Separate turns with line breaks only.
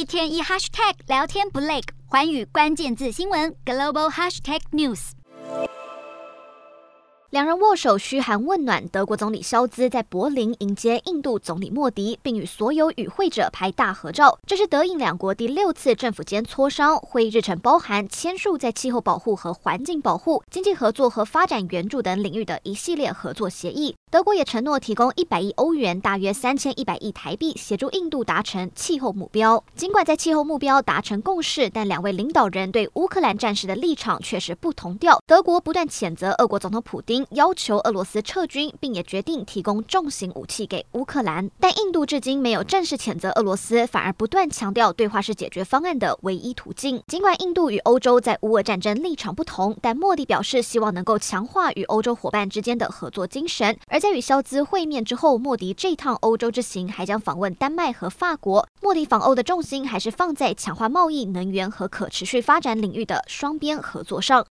天一 hashtag 聊天不累，寰宇关键字新闻 global hashtag news。两人握手嘘寒问暖，德国总理肖兹在柏林迎接印度总理莫迪，并与所有与会者拍大合照。这是德印两国第6次政府间磋商，会议日程包含签署在气候保护和环境保护、经济合作和发展援助等领域的一系列合作协议。德国也承诺提供100亿欧元，大约3100亿台币，协助印度达成气候目标。尽管在气候目标达成共识，但两位领导人对乌克兰战事的立场却是不同调。德国不断谴责俄国总统普丁，要求俄罗斯撤军，并也决定提供重型武器给乌克兰。但印度至今没有正式谴责俄罗斯，反而不断强调对话是解决方案的唯一途径。尽管印度与欧洲在乌俄战争立场不同，但莫迪表示希望能够强化与欧洲伙伴之间的合作精神。而在与肖兹会面之后，莫迪这趟欧洲之行还将访问丹麦和法国。莫迪访欧的重心还是放在强化贸易、能源和可持续发展领域的双边合作上。